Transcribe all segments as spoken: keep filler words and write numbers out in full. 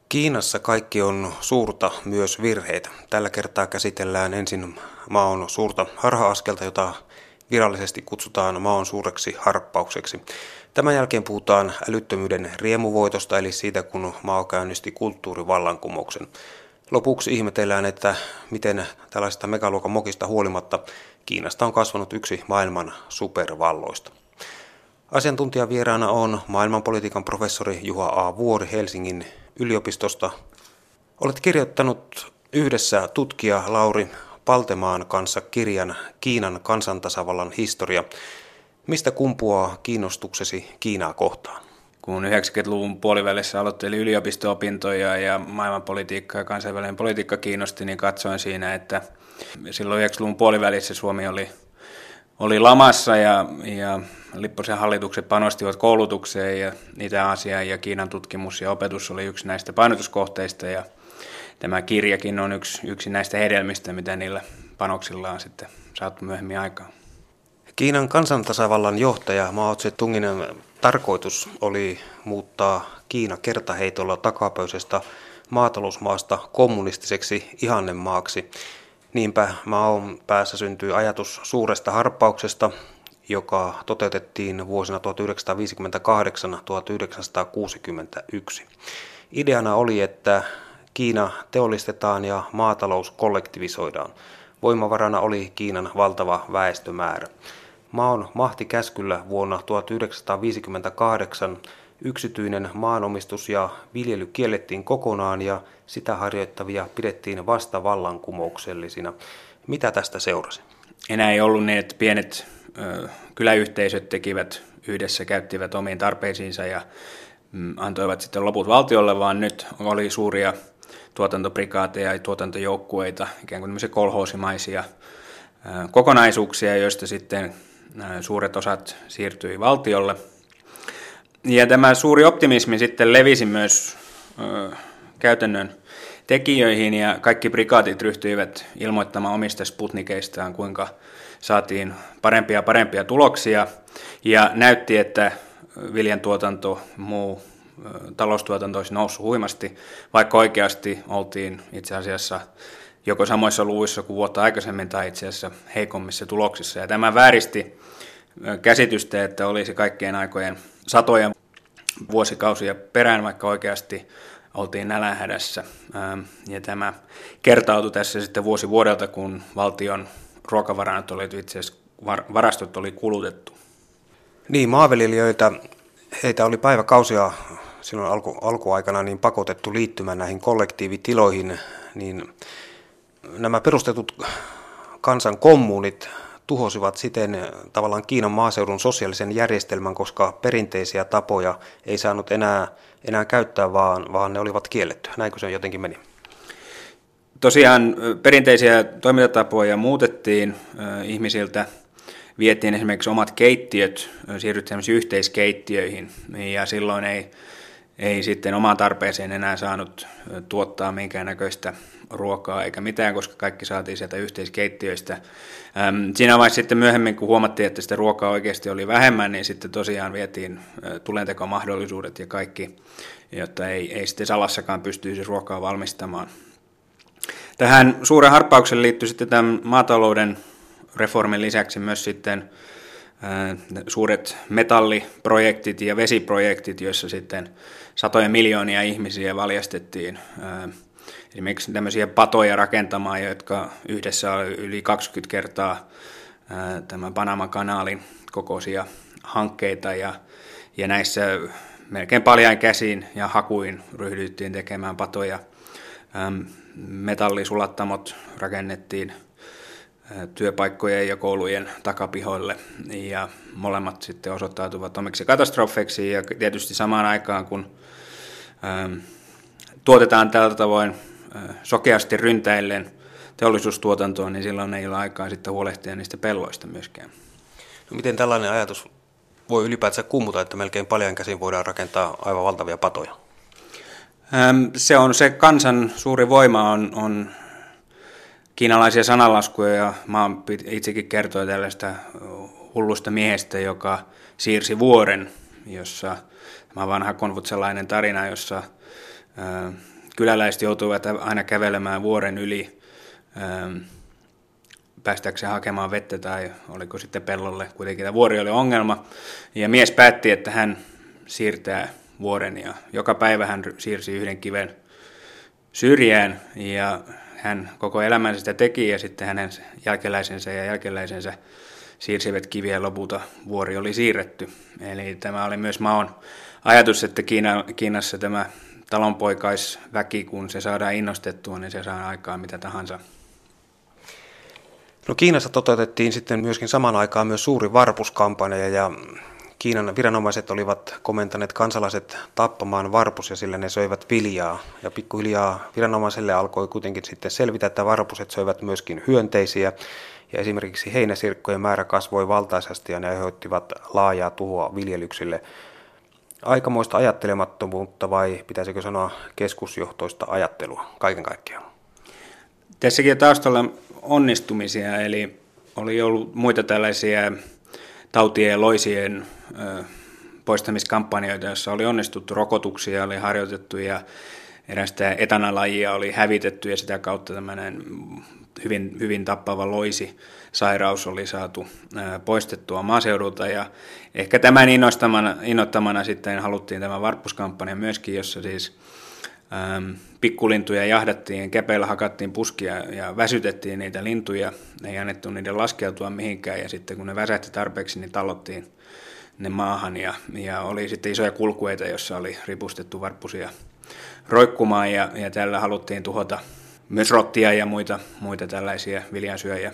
Kiinassa kaikki on suurta, myös virheitä. Tällä kertaa käsitellään ensin maon suurta harha-askelta, jota virallisesti kutsutaan maon suureksi harppaukseksi. Tämän jälkeen puhutaan älyttömyyden riemuvoitosta, eli siitä, kun Mao käynnisti kulttuurivallankumouksen. Lopuksi ihmetellään, että miten tällaista megaluokan mokista huolimatta Kiinasta on kasvanut yksi maailman supervalloista. Asiantuntijavieraana on maailmanpolitiikan professori Juha A. Vuori Helsingin yliopistosta. Olet kirjoittanut yhdessä tutkija Lauri Paltemaan kanssa kirjan Kiinan kansantasavallan historia. Mistä kumpuaa kiinnostuksesi Kiinaa kohtaan? Kun yhdeksänkymmentäluvun puolivälissä aloittelin yliopisto-opintoja ja maailmanpolitiikka ja kansainvälinen politiikka kiinnosti, niin katsoin siinä, että silloin yhdeksänkymmentäluvun puolivälissä Suomi oli, oli lamassa ja, ja Lipposen hallitukset panostivat koulutukseen ja Itä-Aasiaan ja Kiinan tutkimus ja opetus oli yksi näistä painotuskohteista ja tämä kirjakin on yksi, yksi näistä hedelmistä, mitä niillä panoksilla on sitten saatu myöhemmin aikaan. Kiinan kansantasavallan johtaja Mao Tse-tungin tarkoitus oli muuttaa Kiina kertaheitolla takapöisestä maatalousmaasta kommunistiseksi ihannemaaksi. Niinpä Maon päässä syntyi ajatus suuresta harppauksesta, joka toteutettiin vuosina tuhatyhdeksänsataaviisikymmentäkahdeksan tuhatyhdeksänsataakuusikymmentäyksi. Ideana oli, että Kiina teollistetaan ja maatalous kollektivisoidaan. Voimavarana oli Kiinan valtava väestömäärä. Maon mahtikäskyllä vuonna tuhatyhdeksänsataaviisikymmentäkahdeksan yksityinen maanomistus ja viljely kiellettiin kokonaan ja sitä harjoittavia pidettiin vasta vallankumouksellisina. Mitä tästä seurasi? Enää ei ollut niin, että pienet ö, kyläyhteisöt tekivät yhdessä, käyttivät omiin tarpeisiinsa ja mm, antoivat sitten loput valtiolle, vaan nyt oli suuria tuotantoprikaateja ja tuotantojoukkueita, ikään kuin tämmöisiä kolhoosimaisia ö, kokonaisuuksia, joista sitten ö, suuret osat siirtyi valtiolle. Ja tämä suuri optimismi sitten levisi myös ö, käytännön tekijöihin ja kaikki prikaatit ryhtyivät ilmoittamaan omista sputnikeistaan, kuinka saatiin parempia ja parempia tuloksia ja näytti, että viljantuotanto, muu ö, taloustuotanto olisi noussut huimasti, vaikka oikeasti oltiin itse asiassa joko samoissa luvuissa kuin vuotta aikaisemmin tai itse asiassa heikommissa tuloksissa. Ja tämä vääristi käsitystä, että olisi kaikkien aikojen satoja vuosikausia perään, vaikka oikeasti oltiin nälänhädässä. Ja tämä kertautui tässä sitten vuosi vuodelta, kun valtion ruokavarannot oli itse asiassa, varastot oli kulutettu. Niin, maanviljelijöitä, heitä oli päiväkausia silloin alku, alkuaikana niin pakotettu liittymään näihin kollektiivitiloihin, niin nämä perustetut kansan kommunit tuhosivat siten tavallaan Kiinan maaseudun sosiaalisen järjestelmän, koska perinteisiä tapoja ei saanut enää, enää käyttää, vaan, vaan ne olivat kielletty. Näinkö se jotenkin meni? Tosiaan perinteisiä toimintatapoja muutettiin ihmisiltä, vietiin esimerkiksi omat keittiöt, siirryttiin yhteiskeittiöihin ja silloin ei, ei sitten omaan tarpeeseen enää saanut tuottaa minkäännäköistä ruokaa eikä mitään, koska kaikki saatiin sieltä yhteiskeittiöistä. Siinä vaiheessa sitten myöhemmin, kun huomattiin, että sitä ruokaa oikeasti oli vähemmän, niin sitten tosiaan vietiin tulentekomahdollisuudet ja kaikki, jotta ei, ei sitten salassakaan pystyisi ruokaa valmistamaan. Tähän suuren harppauksen liittyy sitten tämän maatalouden reformin lisäksi myös sitten suuret metalliprojektit ja vesiprojektit, joissa sitten satoja miljoonia ihmisiä valjastettiin esimerkiksi tämmöisiä patoja rakentamaan, jotka yhdessä oli yli kaksikymmentä kertaa tämän Panama-kanaalin kokoisia hankkeita ja, ja näissä melkein paljain käsin ja hakuin ryhdyttiin tekemään patoja. Metallisulattamot rakennettiin työpaikkojen ja koulujen takapihoille ja molemmat sitten osoittautuvat omiksi katastrofeiksi ja tietysti samaan aikaan kun tuotetaan tällä tavoin sokeasti ryntäillen teollisuustuotantoon, niin silloin ei ole aikaa sitten huolehtia niistä pelloista myöskään. No miten tällainen ajatus voi ylipäätään kummuta, että melkein paljain käsin voidaan rakentaa aivan valtavia patoja? Se on se kansan suuri voima on, on kiinalaisia sananlaskuja ja mä itsekin kertoi tällaista hullusta miehestä, joka siirsi vuoren, jossa tämä vanha konfutselainen tarina, jossa kyläläiset joutuivat aina kävelemään vuoren yli päästäkseen hakemaan vettä tai oliko sitten pellolle. Kuitenkin tämä vuori oli ongelma ja mies päätti, että hän siirtää vuoren ja joka päivä hän siirsi yhden kiven syrjään ja hän koko elämänsä sitä teki ja sitten hänen jälkeläisensä ja jälkeläisensä siirsivät kiviä ja lopulta vuori oli siirretty. Eli tämä oli myös Maon ajatus, että Kiina, Kiinassa tämä talonpoikaisväki, kun se saadaan innostettua, niin se saa aikaan mitä tahansa. No Kiinassa toteutettiin sitten myöskin samaan aikaan myös suuri varpuskampanja ja Kiinan viranomaiset olivat komentaneet kansalaiset tappamaan varpusia, sillä ne söivät viljaa. Ja pikkuhiljaa viranomaiselle alkoi kuitenkin sitten selvitä, että varpuset söivät myöskin hyönteisiä. Ja esimerkiksi heinäsirkkojen määrä kasvoi valtaisesti ja ne aiheuttivat laajaa tuhoa viljelyksille. Aikamoista ajattelemattomuutta vai pitäisikö sanoa keskusjohtoista ajattelua kaiken kaikkiaan? Tässäkin taustalla onnistumisia, eli oli ollut muita tällaisia tautien ja loisien ö, poistamiskampanjoita, joissa oli onnistuttu, rokotuksia oli harjoitettu ja erästä etanalajia oli hävitetty ja sitä kautta tämmöinen hyvin, hyvin tappava loisi-sairaus oli saatu ö, poistettua maaseudulta ja ehkä tämän innoittamana, innoittamana sitten haluttiin tämä varppuskampanja myöskin, jossa siis ö, pikkulintuja jahdattiin, kepeillä hakattiin puskia ja väsytettiin niitä lintuja, ei annettu niiden laskeutua mihinkään ja sitten kun ne väsähti tarpeeksi, niin tallottiin ne maahan ja, ja oli sitten isoja kulkueita, joissa oli ripustettu varppusia roikkumaan ja, ja tällä haluttiin tuhota myös rottia ja muita, muita tällaisia viljansyöjä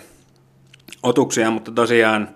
otuksia, mutta tosiaan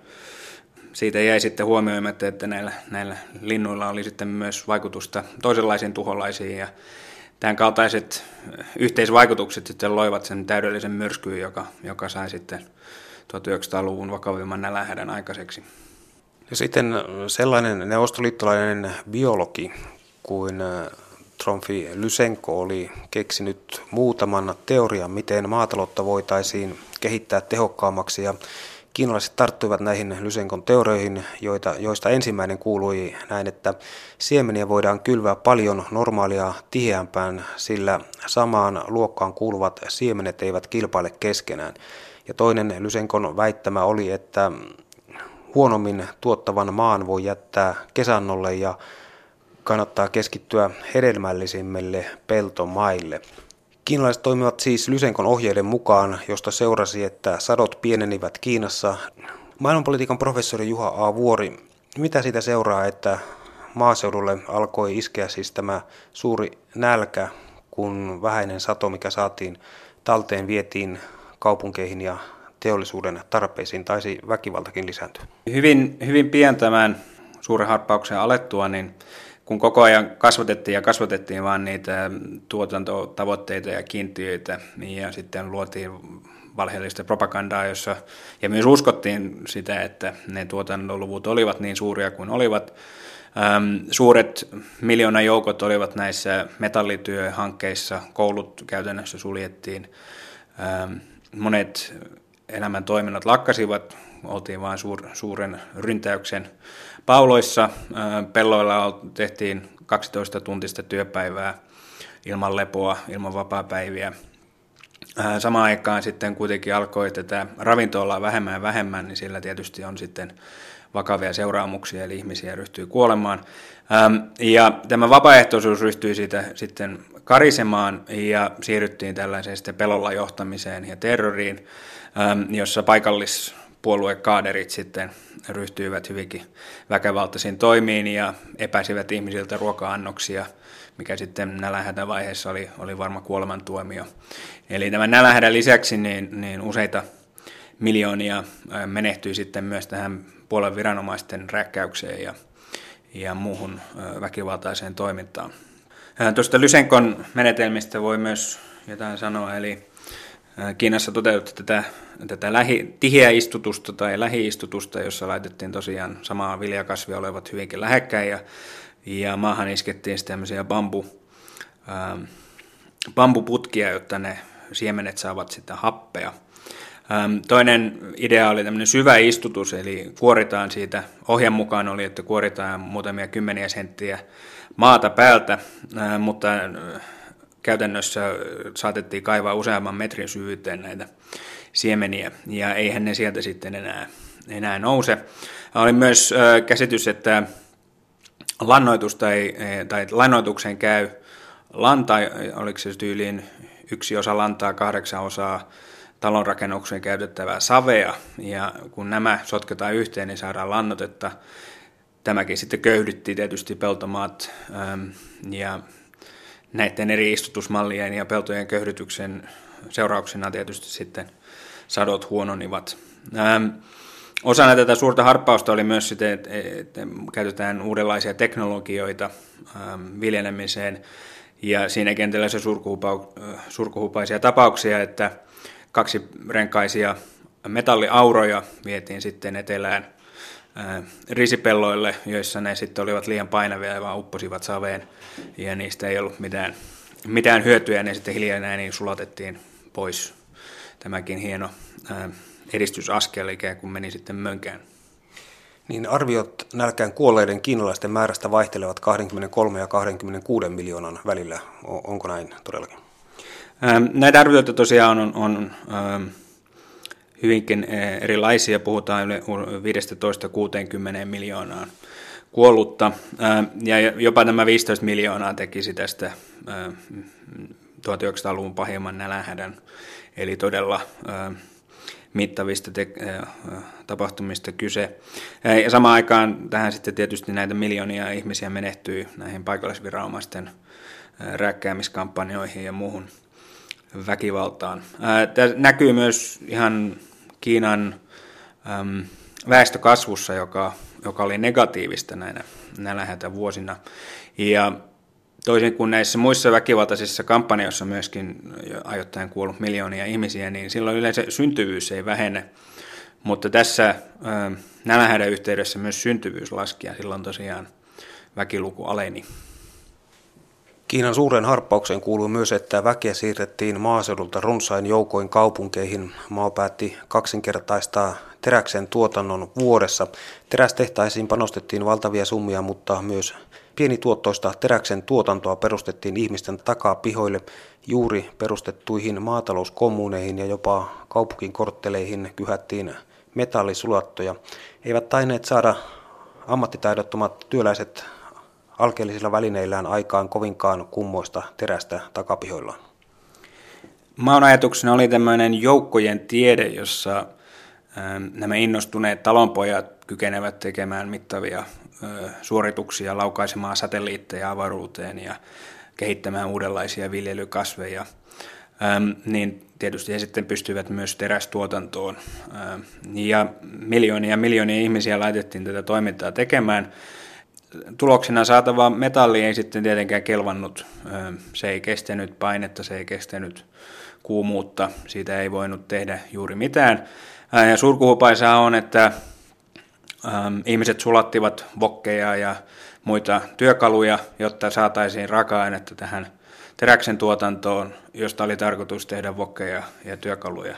siitä jäi sitten huomioimatta, että näillä, näillä linnuilla oli sitten myös vaikutusta toisenlaisiin tuholaisiin ja tämän kaltaiset yhteisvaikutukset sitten loivat sen täydellisen myrskyyn, joka, joka sai sitten tuhatyhdeksänsataaluvun vakavimman nälänhädän aikaiseksi. Ja sitten sellainen neuvostoliittolainen biologi kuin Trofim Lysenko oli keksinyt muutaman teorian, miten maataloutta voitaisiin kehittää tehokkaammaksi ja kiinalaiset tarttuivat näihin Lysenkon teorioihin, joita, joista ensimmäinen kuului näin, että siemeniä voidaan kylvää paljon normaalia tiheämpään, sillä samaan luokkaan kuuluvat siemenet eivät kilpaile keskenään. Ja toinen Lysenkon väittämä oli, että huonommin tuottavan maan voi jättää kesannolle ja kannattaa keskittyä hedelmällisimmille peltomaille. Kiinalaiset toimivat siis Lysenkon ohjeiden mukaan, josta seurasi, että sadot pienenivät Kiinassa. Maailmanpolitiikan professori Juha A. Vuori, mitä siitä seuraa, että maaseudulle alkoi iskeä siis tämä suuri nälkä, kun vähäinen sato, mikä saatiin talteen, vietiin kaupunkeihin ja teollisuuden tarpeisiin, taisi väkivaltakin lisääntyä? Hyvin, hyvin pian tämän suuren harppauksen alettua, niin kun koko ajan kasvatettiin ja kasvatettiin vaan niitä tuotantotavoitteita ja kiintiöitä, ja sitten luotiin valheellista propagandaa, jossa, ja myös uskottiin sitä, että ne tuotantoluvut olivat niin suuria kuin olivat. Ähm, suuret miljoonajoukot olivat näissä metallityöhankkeissa, koulut käytännössä suljettiin, ähm, monet elämän toiminnot lakkasivat, oltiin vain suur, suuren ryntäyksen pauloissa. Pelloilla tehtiin kaksitoista tuntista työpäivää ilman lepoa, ilman vapaapäiviä. Samaan aikaan sitten kuitenkin alkoi tätä ravintoa vähemmän ja vähemmän, niin sillä tietysti on sitten vakavia seuraamuksia, eli ihmisiä ryhtyy kuolemaan. Ja tämä vapaaehtoisuus ryhtyi siitä sitten karisemaan ja siirryttiin tällaiseen sitten pelolla johtamiseen ja terroriin, jossa paikallispuoluekaaderit sitten ryhtyivät hyvinkin väkivaltaisiin toimiin ja epäsivät ihmisiltä ruoka-annoksia, mikä sitten nälänhätävaiheessa oli, oli varma kuolemantuomio. Eli tämän nälänhädän lisäksi niin, niin useita miljoonia menehtyi sitten myös tähän puolen viranomaisten räkkäykseen ja, ja muuhun väkivaltaiseen toimintaan. Tuosta Lysenkon menetelmistä voi myös jotain sanoa, eli Kiinassa toteutti tätä, tätä lähi, tiheä istutusta tai lähi-istutusta, jossa laitettiin tosiaan samaa viljakasvia olevat hyvinkin lähekkäin ja, ja maahan iskettiin sitten tämmöisiä bambu, ähm, bambuputkia, jotta ne siemenet saavat sitä happea. Ähm, toinen idea oli tämmöinen syvä istutus, eli kuoritaan siitä, ohjan mukaan oli, että kuoritaan muutamia kymmeniä senttiä maata päältä, äh, mutta käytännössä saatettiin kaivaa useamman metrin syvyyteen näitä siemeniä, ja eihän ne sieltä sitten enää, enää nouse. Oli myös käsitys, että lannoitusta ei, tai lannoitukseen käy lanta, oliko se tyyliin yksi osa lantaa, kahdeksan osaa talonrakennukseen käytettävää savea, ja kun nämä sotketaan yhteen, niin saadaan lannoitetta. Tämäkin sitten köyhdytti tietysti peltomaat, ja näiden eri istutusmallien ja peltojen köyhdytyksen seurauksena tietysti sitten sadot huononivat. Osana tätä suurta harppausta oli myös sitten, että käytetään uudenlaisia teknologioita viljelemiseen, ja siinäkin on tällaisia surkuhupaisia tapauksia, että kaksirenkaisia metalliauroja vietiin sitten etelään risipelloille, joissa ne sitten olivat liian painavia ja vaan upposivat saveen, ja niistä ei ollut mitään, mitään hyötyä, ja ne sitten hiljaa niin sulatettiin pois. Tämäkin hieno edistysaskel ikään kuin meni sitten mönkään. Niin arviot nälkään kuolleiden kiinalaisten määrästä vaihtelevat kaksikymmentäkolme ja kaksikymmentäkuusi miljoonan välillä. Onko näin todellakin? Näitä arvioita tosiaan on, on hyvinkin erilaisia. Puhutaan viisitoista kuuteenkymmeneen miljoonaan kuollutta, ja jopa nämä viisitoista miljoonaa tekisi tästä tuhatyhdeksänsataaluvun pahimman nälänhädän, eli todella mittavista te- tapahtumista kyse. Ja samaan aikaan tähän sitten tietysti näitä miljoonia ihmisiä menehtyy näihin paikallisviranomaisten rääkkäämiskampanjoihin ja muuhun väkivaltaan. Tämä näkyy myös ihan Kiinan väestökasvussa, joka, joka oli negatiivista näinä nälänhätävuosina. Ja toisin kuin näissä muissa väkivaltaisissa kampanjoissa myöskin ajoittain kuollut miljoonia ihmisiä, niin silloin yleensä syntyvyys ei vähene. Mutta tässä nälänhädän yhteydessä myös syntyvyys laski, ja silloin tosiaan väkiluku aleni. Kiinan suuren harppaukseen kuuluu myös, että väkeä siirrettiin maaseudulta runsain joukoin kaupunkeihin. Mao päätti kaksinkertaistaa teräksen tuotannon vuodessa. Terästehtaisiin panostettiin valtavia summia, mutta myös pienituottoista teräksen tuotantoa perustettiin ihmisten takapihoille. Juuri perustettuihin maatalouskommuuneihin ja jopa kaupunkikortteleihin kyhättiin metallisulattoja. Eivät tainneet saada ammattitaidottomat työläiset alkeellisilla välineillään aikaan kovinkaan kummoista terästä takapihoillaan. Maon ajatuksena oli tämmöinen joukkojen tiede, jossa nämä innostuneet talonpojat kykenevät tekemään mittavia suorituksia, laukaisemaan satelliitteja avaruuteen ja kehittämään uudenlaisia viljelykasveja. Niin tietysti he sitten pystyvät myös terästuotantoon. Ja miljoonia ja miljoonia ihmisiä laitettiin tätä toimintaa tekemään. Tuloksena saatava metalli ei sitten tietenkään kelvannut. Se ei kestänyt painetta, se ei kestänyt kuumuutta, siitä ei voinut tehdä juuri mitään. Ja surkuhupaisaa on, että ihmiset sulattivat vokkeja ja muita työkaluja, jotta saataisiin raaka-ainetta tähän teräksen tuotantoon, josta oli tarkoitus tehdä vokkeja ja työkaluja.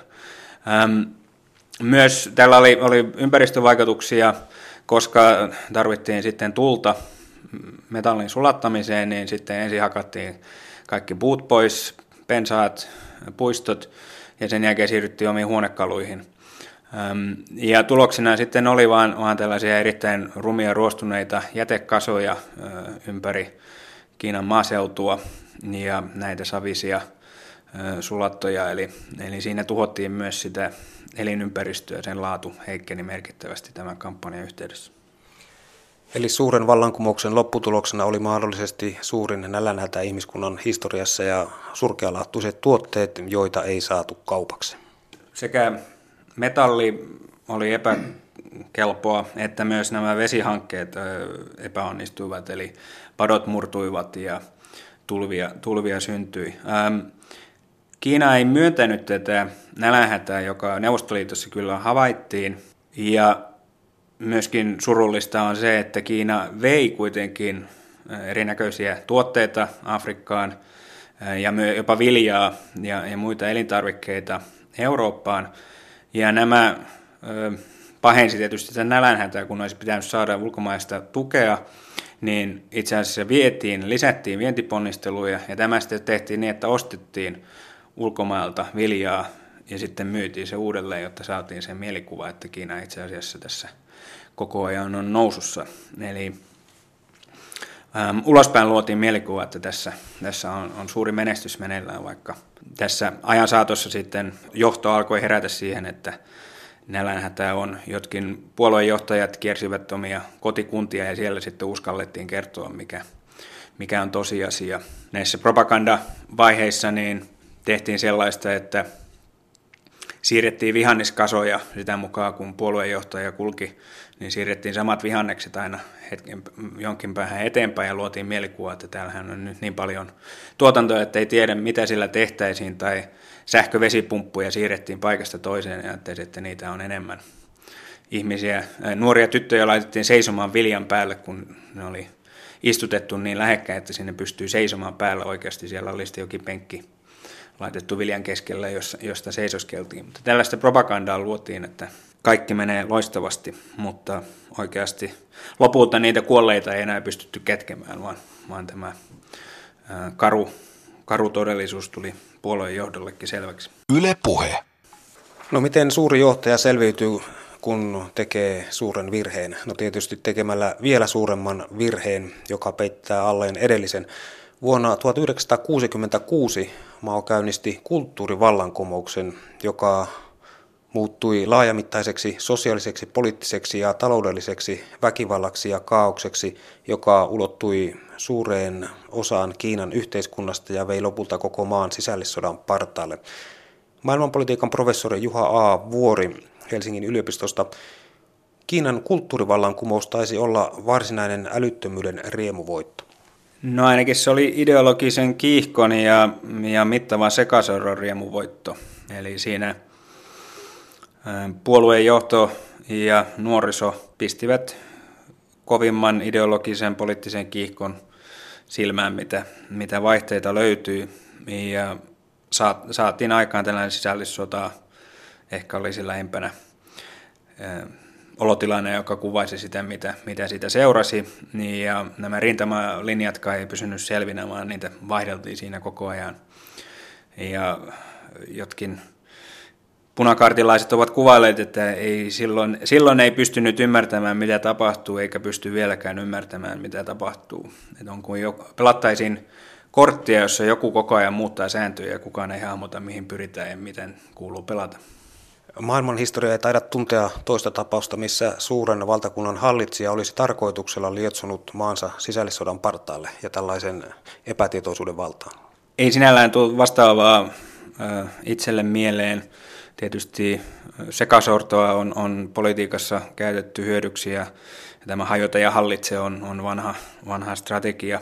Myös tällä oli, oli ympäristövaikutuksia, koska tarvittiin sitten tulta metallin sulattamiseen, niin sitten ensin hakattiin kaikki puut pois, pensaat, puistot, ja sen jälkeen siirryttiin omiin huonekaluihin. Ja tuloksena sitten oli vaan, vaan tällaisia erittäin rumia ruostuneita jätekasoja ympäri Kiinan maaseutua ja näitä savisia sulattoja, eli, eli siinä tuhottiin myös sitä elinympäristöä, sen laatu heikkeni merkittävästi tämän kampanjan yhteydessä. Eli suuren vallankumouksen lopputuloksena oli mahdollisesti suurin nälänhätä ihmiskunnan historiassa ja surkealaatuiset tuotteet, joita ei saatu kaupaksi. Sekä metalli oli epäkelpoa, että myös nämä vesihankkeet epäonnistuivat, eli padot murtuivat ja tulvia, tulvia syntyi. Kiina ei myöntänyt tätä nälänhätää, joka Neuvostoliitossa kyllä havaittiin, ja myöskin surullista on se, että Kiina vei kuitenkin erinäköisiä tuotteita Afrikkaan ja jopa viljaa ja, ja muita elintarvikkeita Eurooppaan. Ja nämä ö, pahensi tietysti sitä nälänhätää, kun olisi pitänyt saada ulkomaista tukea, niin itse asiassa vietiin, lisättiin vientiponnisteluja, ja tämä sitten tehtiin niin, että ostettiin ulkomailta viljaa ja sitten myytiin se uudelleen, jotta saatiin se mielikuva, että Kiina itse asiassa tässä koko ajan on nousussa. Eli ähm, ulospäin luotiin mielikuva, että tässä, tässä on, on suuri menestys meneillään, vaikka tässä ajan saatossa sitten johto alkoi herätä siihen, että nälänhätä on. Jotkin puoluejohtajat kiersivät omia kotikuntia ja siellä sitten uskallettiin kertoa, mikä, mikä on tosiasia. Näissä propagandavaiheissa niin tehtiin sellaista, että siirrettiin vihanneskasoja sitä mukaan, kun puoluejohtaja kulki, niin siirrettiin samat vihannekset aina hetken, jonkin päähän eteenpäin ja luotiin mielikuva, että täällähän on nyt niin paljon tuotantoa, että ei tiedä mitä sillä tehtäisiin, tai sähkövesipumppuja siirrettiin paikasta toiseen ja ajattelin, että niitä on enemmän. Ihmisiä, nuoria tyttöjä laitettiin seisomaan viljan päälle, kun ne oli istutettu niin lähekkäin, että sinne pystyy seisomaan päällä oikeasti. Siellä oli sitten jokin penkki laitettu viljan keskellä, josta seisoskeltiin. Mutta tällaista propagandaa luotiin, että kaikki menee loistavasti, mutta oikeasti lopulta niitä kuolleita ei enää pystytty kätkemään, vaan, vaan tämä ää, karu, karu todellisuus tuli puolueen johdollekin selväksi. Yle Puhe. No miten suuri johtaja selviytyy, kun tekee suuren virheen? No tietysti tekemällä vielä suuremman virheen, joka peittää alleen edellisen. Vuonna tuhatyhdeksänsataakuusikymmentäkuusi Mao käynnisti kulttuurivallankumouksen, joka muuttui laajamittaiseksi sosiaaliseksi, poliittiseksi ja taloudelliseksi väkivallaksi ja kaaokseksi, joka ulottui suureen osaan Kiinan yhteiskunnasta ja vei lopulta koko maan sisällissodan partaalle. Maailmanpolitiikan professori Juha A. Vuori Helsingin yliopistosta. Kiinan kulttuurivallankumous taisi olla varsinainen älyttömyyden riemuvoitto. No ainakin se oli ideologisen kiihkon ja, ja mittavan sekasorron riemuvoitto. Eli siinä puolueen johto ja nuoriso pistivät kovimman ideologisen poliittisen kiihkon silmään, mitä, mitä vaihteita löytyy. Ja saatiin aikaan tällainen sisällissota, ehkä olisi lähempänä olotilanne, joka kuvaisi sitä, mitä, mitä siitä seurasi. Ja nämä rintamalinjatkaan ei pysynyt selvinä, vaan niitä vaihdeltiin siinä koko ajan. Ja jotkin punakaartilaiset ovat kuvailleet, että ei silloin, silloin ei pystynyt ymmärtämään, mitä tapahtuu, eikä pysty vieläkään ymmärtämään, mitä tapahtuu. Että on kuin jo, pelattaisiin korttia, jossa joku koko ajan muuttaa sääntöjä ja kukaan ei hahmota, mihin pyritään ja miten kuuluu pelata. Maailman historia ei taida tuntea toista tapausta, missä suuren valtakunnan hallitsija olisi tarkoituksella lietsonut maansa sisällissodan partaalle ja tällaisen epätietoisuuden valtaan. Ei sinällään tule vastaavaa äh, itselle mieleen. Tietysti sekasortoa on, on politiikassa käytetty hyödyksi ja, ja tämä hajota ja hallitse on, on vanha, vanha strategia.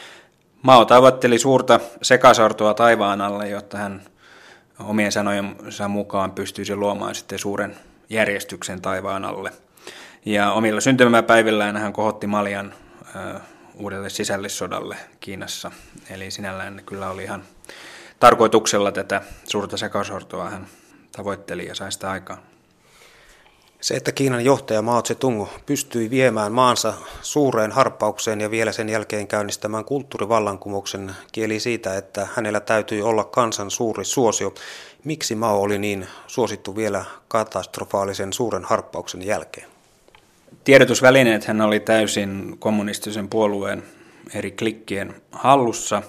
Mao tavoitteli suurta sekasortoa taivaan alle, jotta hän omien sanojensa mukaan pystyisi luomaan sitten suuren järjestyksen taivaan alle. Ja omilla syntymäpäivillään hän kohotti maljan ö, uudelle sisällissodalle Kiinassa. Eli sinällään kyllä oli ihan tarkoituksella tätä suurta sekasortoa hän tavoitteli ja sai sitä aikaan. Se, että Kiinan johtaja Mao Tse-tung pystyi viemään maansa suureen harppaukseen ja vielä sen jälkeen käynnistämään kulttuurivallankumouksen, kieli siitä, että hänellä täytyi olla kansan suuri suosio. Miksi Mao oli niin suosittu vielä katastrofaalisen suuren harppauksen jälkeen? Tiedotusvälineet hän oli täysin kommunistisen puolueen eri klikkien hallussa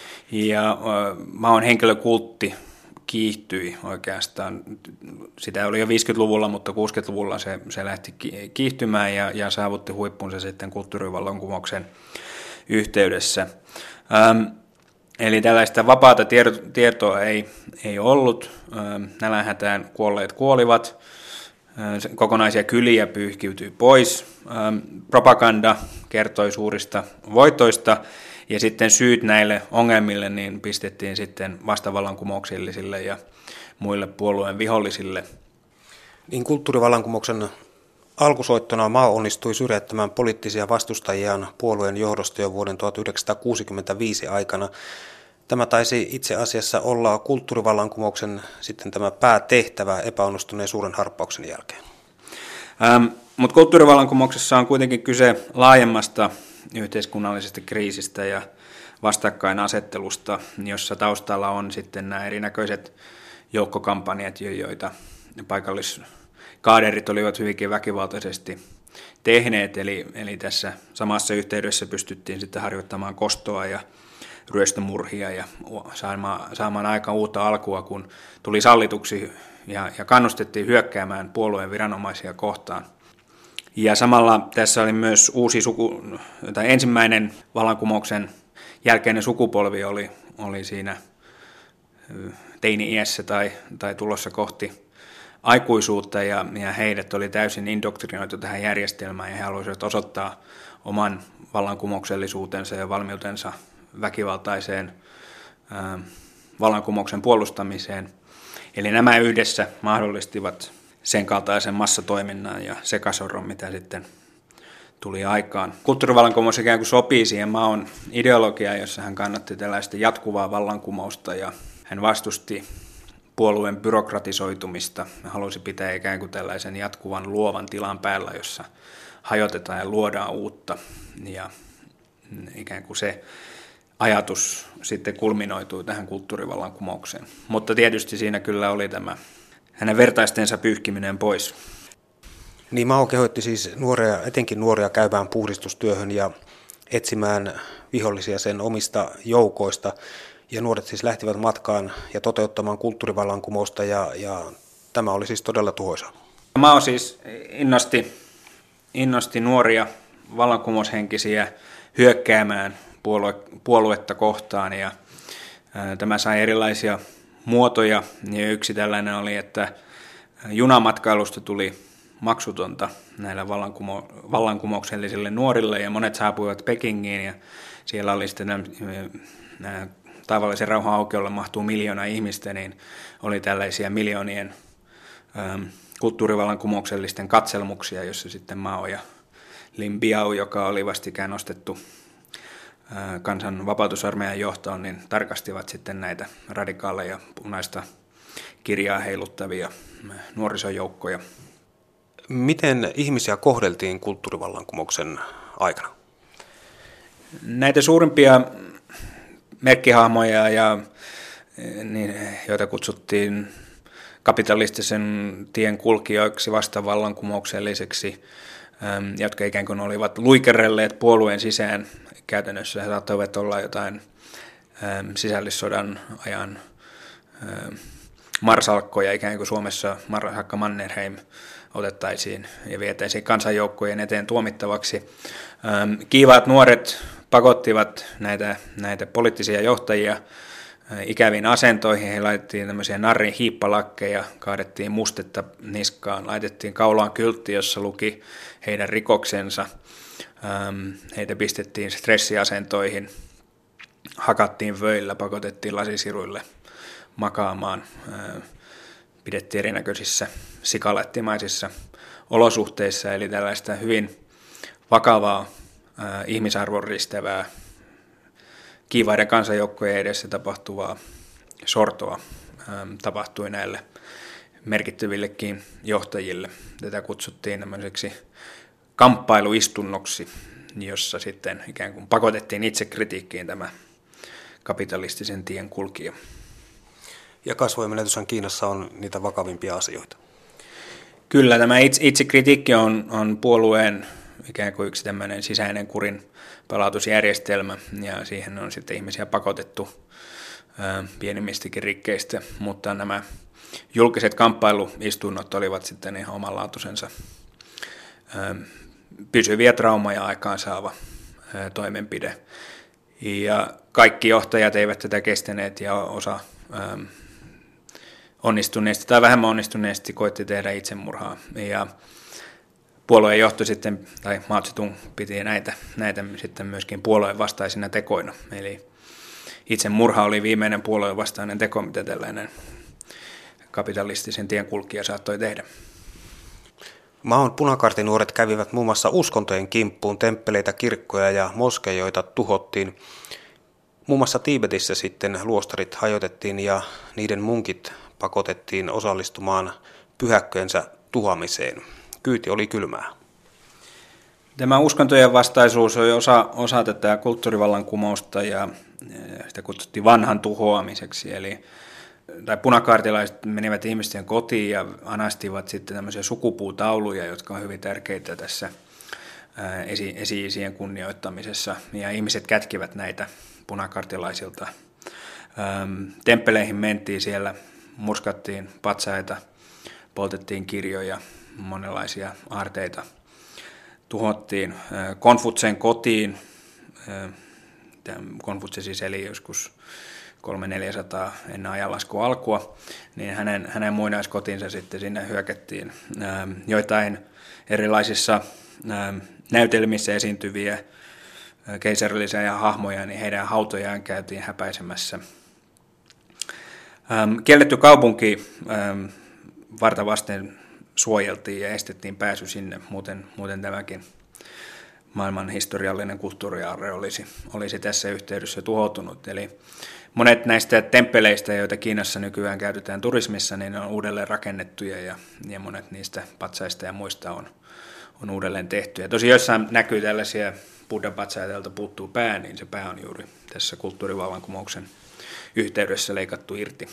ja Maon henkilökultti kiihtyi oikeastaan. Sitä oli jo viisikymmentäluvulla, mutta kuusikymmentäluvulla se, se lähti kiihtymään ja, ja saavutti huippunsa sitten kulttuurivallankumouksen yhteydessä. Ähm, eli tällaista vapaata tietoa ei, ei ollut. Ähm, nälänhätään kuolleet kuolivat. Äh, kokonaisia kyliä pyyhkiytyi pois. Ähm, propaganda kertoi suurista voitoista. Ja sitten syyt näille ongelmille niin pistettiin sitten vastavallankumouksellisille ja muille puolueen vihollisille. Niin kulttuurivallankumouksen alkusoittona Mao onnistui syrjäyttämään poliittisia vastustajiaan puolueen johdosta jo vuoden tuhatyhdeksänsataakuusikymmentäviisi aikana. Tämä taisi itse asiassa olla kulttuurivallankumouksen sitten tämä päätehtävä epäonnistuneen suuren harppauksen jälkeen. Ähm, mutta kulttuurivallankumouksessa on kuitenkin kyse laajemmasta yhteiskunnallisesta kriisistä ja vastakkainasettelusta, jossa taustalla on sitten nämä erinäköiset joukkokampanjat, joita paikalliskaaderit olivat hyvinkin väkivaltaisesti tehneet, eli, eli tässä samassa yhteydessä pystyttiin sitten harjoittamaan kostoa ja ryöstömurhia ja saamaan, saamaan aika uutta alkua, kun tuli sallituksi ja, ja kannustettiin hyökkäämään puolueen viranomaisia kohtaan. Ja samalla tässä oli myös uusi suku, tai ensimmäinen vallankumouksen jälkeinen sukupolvi oli, oli siinä teini-iässä tai, tai tulossa kohti aikuisuutta, ja, ja heidät oli täysin indoktrinoitu tähän järjestelmään, ja he halusivat osoittaa oman vallankumouksellisuutensa ja valmiutensa väkivaltaiseen ää, vallankumouksen puolustamiseen. Eli nämä yhdessä mahdollistivat sen kaltaisen massatoiminnan ja sekasorron, mitä sitten tuli aikaan. Kulttuurivallankumous ikään kuin sopii siihen Maon ideologiaan, jossa hän kannatti tällaista jatkuvaa vallankumousta ja hän vastusti puolueen byrokratisoitumista ja halusi pitää ikään kuin tällaisen jatkuvan luovan tilan päällä, jossa hajotetaan ja luodaan uutta. Ja ikään kuin se ajatus sitten kulminoitui tähän kulttuurivallankumoukseen. Mutta tietysti siinä kyllä oli tämä hänen vertaistensa pyyhkiminen pois. Niin Mao kehotti siis nuoria, etenkin nuoria käymään puhdistustyöhön ja etsimään vihollisia sen omista joukoista. Ja nuoret siis lähtivät matkaan ja toteuttamaan kulttuurivallankumousta ja, ja tämä oli siis todella tuhoisa. Mao siis innosti, innosti nuoria vallankumoushenkisiä hyökkäämään puolue, puoluetta kohtaan ja ää, tämä sai erilaisia muotoja ja yksi tällainen oli, että junamatkailusta tuli maksutonta näillä vallankumo- vallankumouksellisille nuorille ja monet saapuivat Pekingiin ja siellä oli sitten nämä, nämä tavallisen rauhan aukiolle mahtuu miljoona ihmistä, niin oli tällaisia miljoonien ähm, kulttuurivallankumouksellisten katselmuksia, jossa sitten Mao ja Lin Biao, joka oli vastikään nostettu äh, kansan vapautusarmeijan johtoon, niin tarkastivat sitten näitä radikaaleja punaista kirjaa heiluttavia nuorisojoukkoja. Miten ihmisiä kohdeltiin kulttuurivallankumouksen aikana? Näitä suurimpia merkkihahmoja, ja, niin, joita kutsuttiin kapitalistisen tien kulkijoiksi vastavallankumoukselliseksi, jotka ikään kuin olivat luikerelleet puolueen sisään. Käytännössä he saattoivat olla jotain sisällissodan ajan marsalkkoja, ikään kuin Suomessa Marsakka Mannerheim otettaisiin ja vietäisiin kansanjoukkojen eteen tuomittavaksi. Kiivaat nuoret pakottivat näitä, näitä poliittisia johtajia ikäviin asentoihin. He laitettiin tämmöisiä narrin hiippalakkeja, kaadettiin mustetta niskaan, laitettiin kaulaan kyltti, jossa luki heidän rikoksensa. Heitä pistettiin stressiasentoihin, hakattiin vöillä, pakotettiin lasisiruille makaamaan, pidettiin erinäköisissä sikalättimaisissa olosuhteissa, eli tällaista hyvin vakavaa ihmisarvon ristävää kiivaiden kansanjoukkojen edessä tapahtuvaa sortoa tapahtui näille merkittävillekin johtajille. Tätä kutsuttiin tämmöiseksi kamppailuistunnoksi, jossa sitten ikään kuin pakotettiin itse kritiikkiin tämä kapitalistisen tien kulkija. Ja kasvojen Kiinassa on niitä vakavimpia asioita. Kyllä, tämä itse, itse kritiikki on, on puolueen ikään kuin yksi tämmöinen sisäinen kurin palautusjärjestelmä, ja siihen on sitten ihmisiä pakotettu ää, pienimmistäkin rikkeistä, mutta nämä julkiset kamppailuistunnot olivat sitten ihan omanlaatuisensa ää, pysyviä traumaja aikaansaava ää, toimenpide. Ja kaikki johtajat eivät tätä kestäneet, ja osa ää, onnistuneesti tai vähemmän onnistuneesti koitti tehdä itsemurhaa. Ja puolueen johto sitten, tai Mao Zedong piti näitä, näitä sitten myöskin puolueen vastaisina tekoina. Eli itsemurha oli viimeinen puolueen vastainen teko, mitä tällainen kapitalistisen tienkulkija saattoi tehdä. Maon punakartinuoret kävivät muun muassa uskontojen kimppuun, temppeleitä, kirkkoja ja moskeijoita tuhottiin. Muun muassa Tiibetissä sitten luostarit hajotettiin ja niiden munkit pakotettiin osallistumaan pyhäkköensä tuhoamiseen. Kyyti oli kylmää. Tämä uskontojen vastaisuus on osa, osa tätä kulttuurivallankumousta ja sitä kutsuttiin vanhan tuhoamiseksi. Eli, tai punakaartilaiset menivät ihmisten kotiin ja anastivat sitten tämmöisiä sukupuutauluja, jotka on hyvin tärkeitä tässä esi- esi-isien kunnioittamisessa. Ja ihmiset kätkivät näitä punakaartilaisilta. Temppeleihin mentiin, siellä murskattiin patsaita, poltettiin kirjoja, monenlaisia aarteita tuhottiin. Konfutsen kotiin, Konfutse siis eli joskus kolme neljäsataa ennen ajanlaskun alkua, niin hänen, hänen muinaiskotinsa sitten sinne hyökättiin. Joitain erilaisissa näytelmissä esiintyviä keisarillisia hahmoja, niin heidän hautojaan käytiin häpäisemässä. Kielletty kaupunki varta vasten suojeltiin ja estettiin pääsy sinne, muuten, muuten tämäkin maailman historiallinen kulttuuriaarre olisi, olisi tässä yhteydessä tuhoutunut. Eli monet näistä temppeleistä, joita Kiinassa nykyään käytetään turismissa, niin ne on uudelleen rakennettuja ja, ja monet niistä patsaista ja muista on, on uudelleen tehty. Ja tosiaan jossain näkyy tällaisia Buddha-patsaita, joilta puuttuu pää, niin se pää on juuri tässä kulttuurivallankumouksen yhteydessä leikattu irti.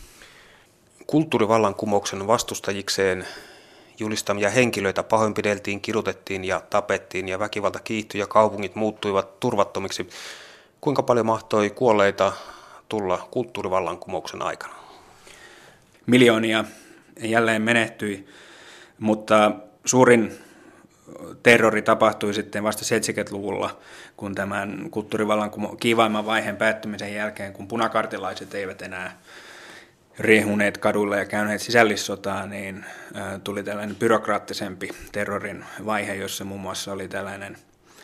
Kulttuurivallankumouksen vastustajikseen julistamia henkilöitä pahoinpideltiin, kidutettiin ja tapettiin ja väkivalta kiihtyi ja kaupungit muuttuivat turvattomiksi. Kuinka paljon mahtoi kuolleita tulla kulttuurivallankumouksen aikana? Miljoonia jälleen menehtyi, mutta suurin terrori tapahtui sitten vasta seitsemänkymmentäluvulla, kun tämän kulttuurivallankumouksen kiivaimman vaiheen päättymisen jälkeen, kun punakaartilaiset eivät enää riehuneet kaduille ja käyneet sisällissotaa, niin tuli tällainen byrokraattisempi terrorin vaihe, jossa muun muassa oli tällainen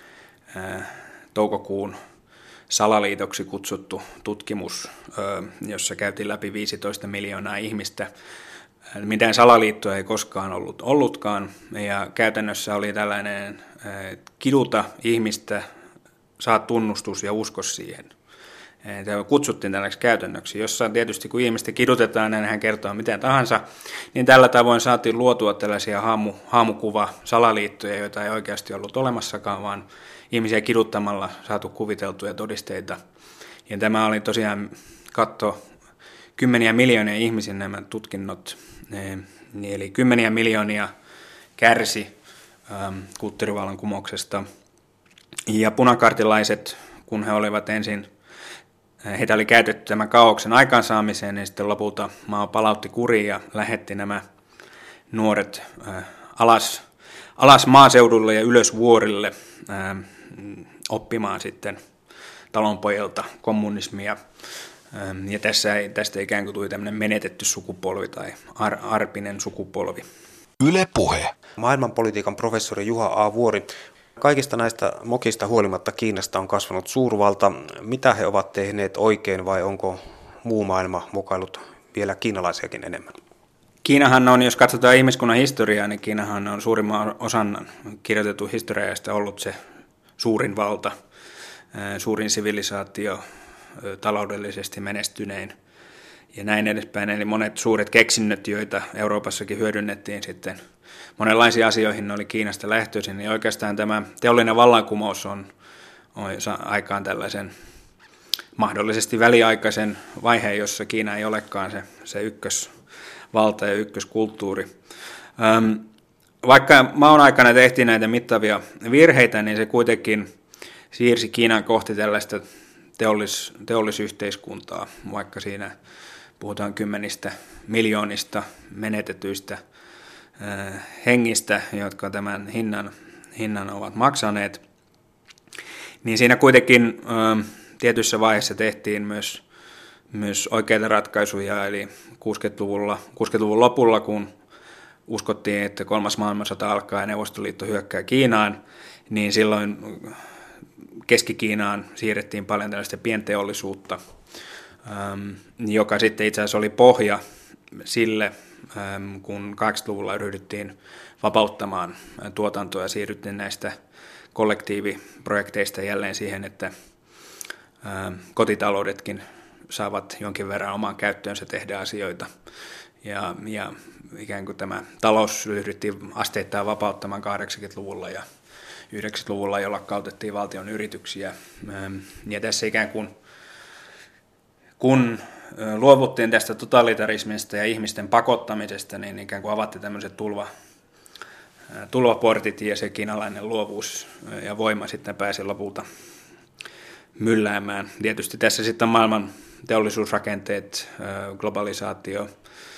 toukokuun salaliitoksi kutsuttu tutkimus, jossa käytiin läpi viisitoista miljoonaa ihmistä. Mitään salaliittoa ei koskaan ollut ollutkaan, ja käytännössä oli tällainen kiduta ihmistä, saa tunnustus ja usko siihen. Tämä kutsuttiin tällaiseksi käytännöksi, jossa tietysti kun ihmistä kidutetaan ja hän kertoo mitä tahansa, niin tällä tavoin saatiin luotua tällaisia haamu, haamukuva-salaliittoja, joita ei oikeasti ollut olemassakaan, vaan ihmisiä kiduttamalla saatu kuviteltuja todisteita. Ja tämä oli tosiaan katto kymmeniä miljoonia ihmisiä nämä tutkinnot, eli kymmeniä miljoonia kärsi kulttuurivallankumouksesta. Ja punakaartilaiset, kun he olivat ensin heitä oli käytetty tämän kaaoksen aikaansaamiseen, niin sitten lopulta maa palautti kuriin ja lähetti nämä nuoret alas, alas maaseudulle ja ylös vuorille oppimaan sitten talonpojilta kommunismia. Ja tässä ei, tästä ikään kuin tuli tämmöinen menetetty sukupolvi tai ar, arpinen sukupolvi. Yle Puhe. Maailmanpolitiikan professori Juha A. Vuori. Kaikista näistä mokista huolimatta Kiinasta on kasvanut suurvalta. Mitä he ovat tehneet oikein vai onko muu maailma mokailut vielä kiinalaisiakin enemmän? Kiinahan on, jos katsotaan ihmiskunnan historiaa, niin Kiinahan on suurimman osan kirjoitetun historiasta ollut se suurin valta, suurin sivilisaatio, taloudellisesti menestynein ja näin edespäin. Eli monet suuret keksinnöt, joita Euroopassakin hyödynnettiin sitten monenlaisiin asioihin, ne oli Kiinasta lähtöisin, niin oikeastaan tämä teollinen vallankumous on, on aikaan tällaisen mahdollisesti väliaikaisen vaiheen, jossa Kiina ei olekaan se, se ykkösvalta ja ykköskulttuuri. Öm, vaikka maon aikana tehtiin näitä mittavia virheitä, niin se kuitenkin siirsi Kiinan kohti tällaista teollis, teollisyhteiskuntaa, vaikka siinä puhutaan kymmenistä miljoonista menetetyistä hengistä, jotka tämän hinnan, hinnan ovat maksaneet, niin siinä kuitenkin ö, tietyssä vaiheessa tehtiin myös, myös oikeita ratkaisuja, eli kuusikymmentäluvulla, kuusikymmentäluvun lopulla, kun uskottiin, että kolmas maailmansota alkaa ja Neuvostoliitto hyökkää Kiinaan, niin silloin Keski-Kiinaan siirrettiin paljon tällaista pienteollisuutta, joka sitten itse asiassa oli pohja sille, kun kahdeksankymmentäluvulla ryhdyttiin vapauttamaan tuotantoa ja siirryttiin näistä kollektiiviprojekteista jälleen siihen, että kotitaloudetkin saavat jonkin verran omaan käyttöönsä tehdä asioita. Ja, ja ikään kuin tämä talous ryhdyttiin asteittain vapauttamaan kahdeksankymmentäluvulla ja yhdeksänkymmentäluvulla jo lakkautettiin valtion yrityksiä. Ja tässä ikään kuin, kun luovuttiin tästä totalitarismista ja ihmisten pakottamisesta, niin ikään kuin avattiin tämmöiset tulva, tulvaportit ja se kiinalainen luovuus ja voima sitten pääsi lopulta mylläämään. Tietysti tässä sitten maailman teollisuusrakenteet, globalisaatio,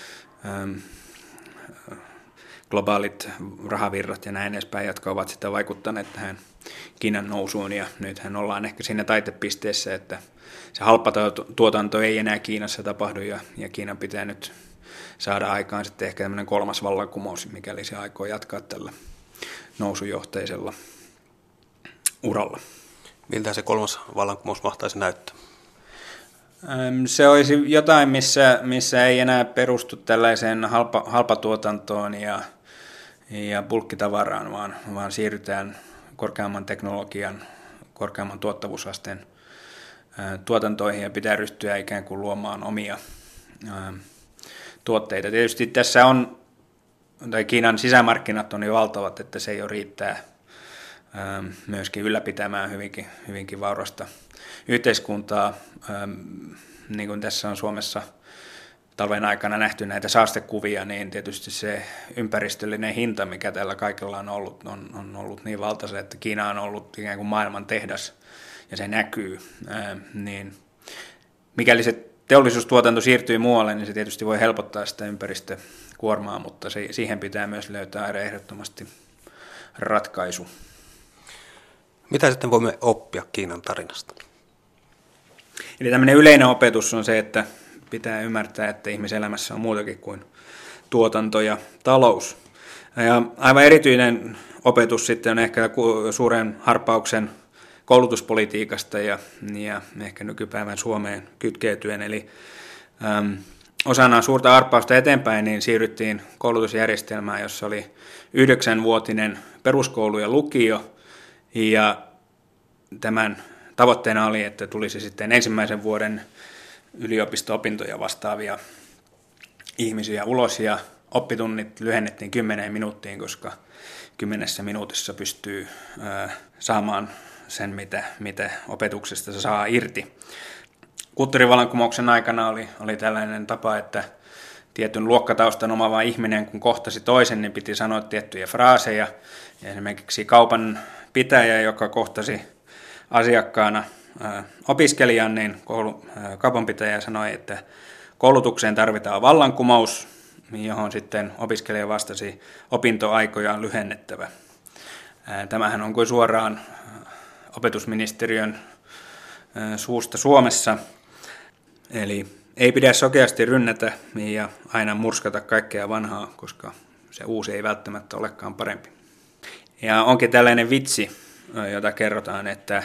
globaalit rahavirrat ja näin edespäin, jotka ovat sitten vaikuttaneet tähän Kiinan nousuun. Ja nythän ollaan ehkä siinä taitepisteessä, että se halpatuotanto ei enää Kiinassa tapahdu ja, ja Kiinan pitää nyt saada aikaan sitten ehkä tämmöinen kolmas vallankumous, mikäli se aikoo jatkaa tällä nousujohteisella uralla. Miltä se kolmas vallankumous mahtaisi näyttää? Se olisi jotain, missä, missä ei enää perustu tällaiseen halpa, halpatuotantoon ja, ja bulkkitavaraan, vaan, vaan siirrytään korkeamman teknologian, korkeamman tuottavuusasteen tuotantoihin ja pitää ryhtyä ikään kuin luomaan omia ää, tuotteita. Tietysti tässä on, tai Kiinan sisämarkkinat on jo valtavat, että se jo riittää ää, myöskin ylläpitämään hyvinkin, hyvinkin vaurasta yhteiskuntaa. Ää, niin kuin tässä on Suomessa talven aikana nähty näitä saastekuvia, niin tietysti se ympäristöllinen hinta, mikä tällä kaikella on ollut, on, on ollut niin valtaisa, että Kiina on ollut ikään kuin maailman tehdas, ja se näkyy, ää, niin mikäli se teollisuustuotanto siirtyy muualle, niin se tietysti voi helpottaa sitä ympäristökuormaa, mutta se, siihen pitää myös löytää ehdottomasti ratkaisu. Mitä sitten voimme oppia Kiinan tarinasta? Eli tämmöinen yleinen opetus on se, että pitää ymmärtää, että ihmiselämässä on muutakin kuin tuotanto ja talous. Ja aivan erityinen opetus sitten on ehkä suuren harppauksen koulutuspolitiikasta ja, ja ehkä nykypäivän Suomeen kytkeytyen. Eli äm, osana suurta harppausta eteenpäin niin siirryttiin koulutusjärjestelmään, jossa oli yhdeksänvuotinen peruskoulu ja lukio. Ja tämän tavoitteena oli, että tulisi sitten ensimmäisen vuoden yliopisto-opintoja vastaavia ihmisiä ulos ja oppitunnit lyhennettiin kymmeneen minuuttiin, koska kymmenessä minuutissa pystyy ää, saamaan sen, mitä, mitä opetuksesta se saa irti. Kulttuurivallankumouksen aikana oli, oli tällainen tapa, että tietyn luokkataustan omaava ihminen, kun kohtasi toisen, niin piti sanoa tiettyjä fraaseja. Ja esimerkiksi kaupan pitäjä, joka kohtasi asiakkaana ää, opiskelijan, niin koulu, ää, kaupanpitäjä sanoi, että koulutukseen tarvitaan vallankumous, johon sitten opiskelija vastasi, opintoaikoja on lyhennettävä. Ää, tämähän on kuin suoraan opetusministeriön suusta Suomessa. Eli ei pidä sokeasti rynnätä ja aina murskata kaikkea vanhaa, koska se uusi ei välttämättä olekaan parempi. Ja onkin tällainen vitsi, jota kerrotaan, että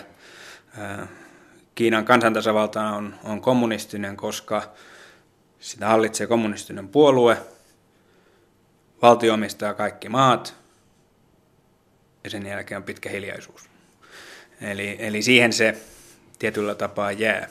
Kiinan kansantasavalta on, on kommunistinen, koska sitä hallitsee kommunistinen puolue, valtio omistaa kaikki maat ja sen jälkeen on pitkä hiljaisuus. Eli, eli siihen se tietyllä tapaa jää.